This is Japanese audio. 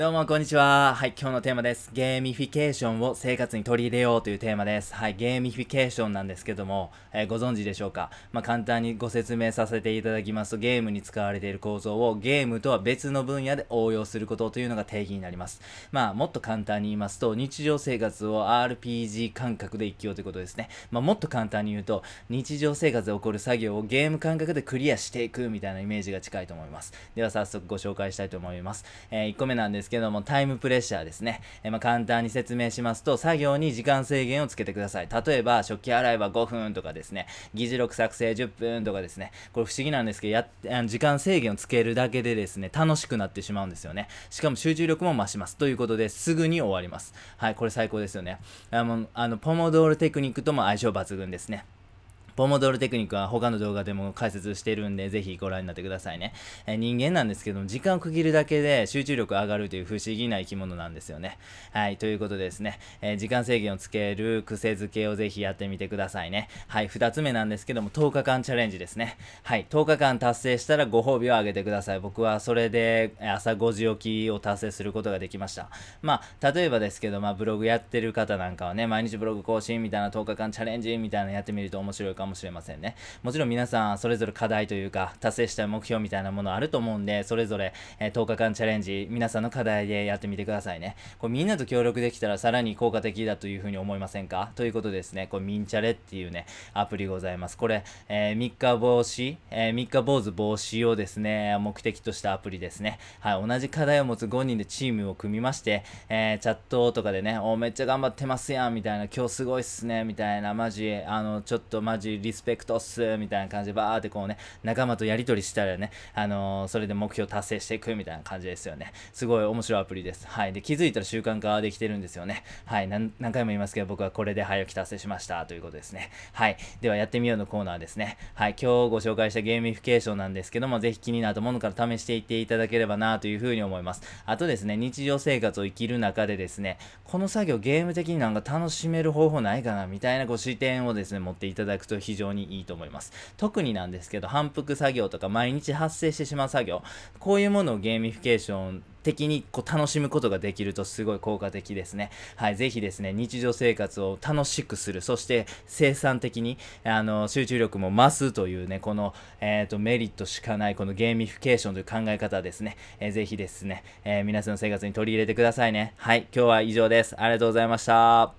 どうもこんにちは。はい、今日のテーマです。ゲーミフィケーションを生活に取り入れようというテーマです。はい、ゲーミフィケーションなんですけども、ご存知でしょうか。簡単にご説明させていただきますと、ゲームに使われている構造をゲームとは別の分野で応用することというのが定義になります。もっと簡単に言いますと、日常生活を RPG 感覚で生きようということですね。もっと簡単に言うと、日常生活で起こる作業をゲーム感覚でクリアしていくみたいなイメージが近いと思います。では早速ご紹介したいと思います。1個目なんですけども、タイムプレッシャーですね。簡単に説明しますと、作業に時間制限をつけてください。例えば、食器洗いは5分とかですね、議事録作成10分とかですね、これ不思議なんですけど、時間制限をつけるだけでですね、楽しくなってしまうんですよね。しかも集中力も増します。ということで、すぐに終わります。はい、これ最高ですよね。ポモドールテクニックとも相性抜群ですね。ポモドールテクニックは他の動画でも解説してるんで、ぜひご覧になってくださいね。人間なんですけども、時間を区切るだけで集中力上がるという不思議な生き物なんですよね。はい、ということでですね、時間制限をつける癖づけをぜひやってみてくださいね。はい、2つ目なんですけども、10日間チャレンジですね。はい、10日間達成したらご褒美をあげてください。僕はそれで朝5時起きを達成することができました。例えばですけど、ブログやってる方なんかはね、毎日ブログ更新みたいな10日間チャレンジみたいなのやってみると面白いかもしれませんね。もちろん皆さんそれぞれ課題というか達成したい目標みたいなものあると思うんで、それぞれ、10日間チャレンジ皆さんの課題でやってみてくださいね。これみんなと協力できたらさらに効果的だというふうに思いませんか？ということですね、これミンチャレっていうねアプリございます。これ、3日防止、3日坊主防止をですね目的としたアプリですね。はい、同じ課題を持つ5人でチームを組みまして、チャットとかでね、めっちゃ頑張ってますやんみたいな、今日すごいっすねみたいな、マジちょっとマジリスペクトっすみたいな感じでバーってこうね、仲間とやり取りしたらね、それで目標達成していくみたいな感じですよね。すごい面白いアプリです。はい。で、気づいたら習慣化できてるんですよね。はい。何回も言いますけど、僕はこれで早起き達成しましたということですね。はい。では、やってみようのコーナーですね。はい。今日ご紹介したゲーミフィケーションなんですけども、ぜひ気になったものから試していっていただければなというふうに思います。あとですね、日常生活を生きる中でですね、この作業ゲーム的になんか楽しめる方法ないかなみたいなご視点をですね、持っていただくと非常にいいと思います。特になんですけど、反復作業とか毎日発生してしまう作業、こういうものをゲーミフィケーション的にこう楽しむことができるとすごい効果的ですね。はい、ぜひですね、日常生活を楽しくする、そして生産的に集中力も増すというね、この、メリットしかないこのゲーミフィケーションという考え方ですね。ぜひですね、皆さんの生活に取り入れてくださいね。はい、今日は以上です。ありがとうございました。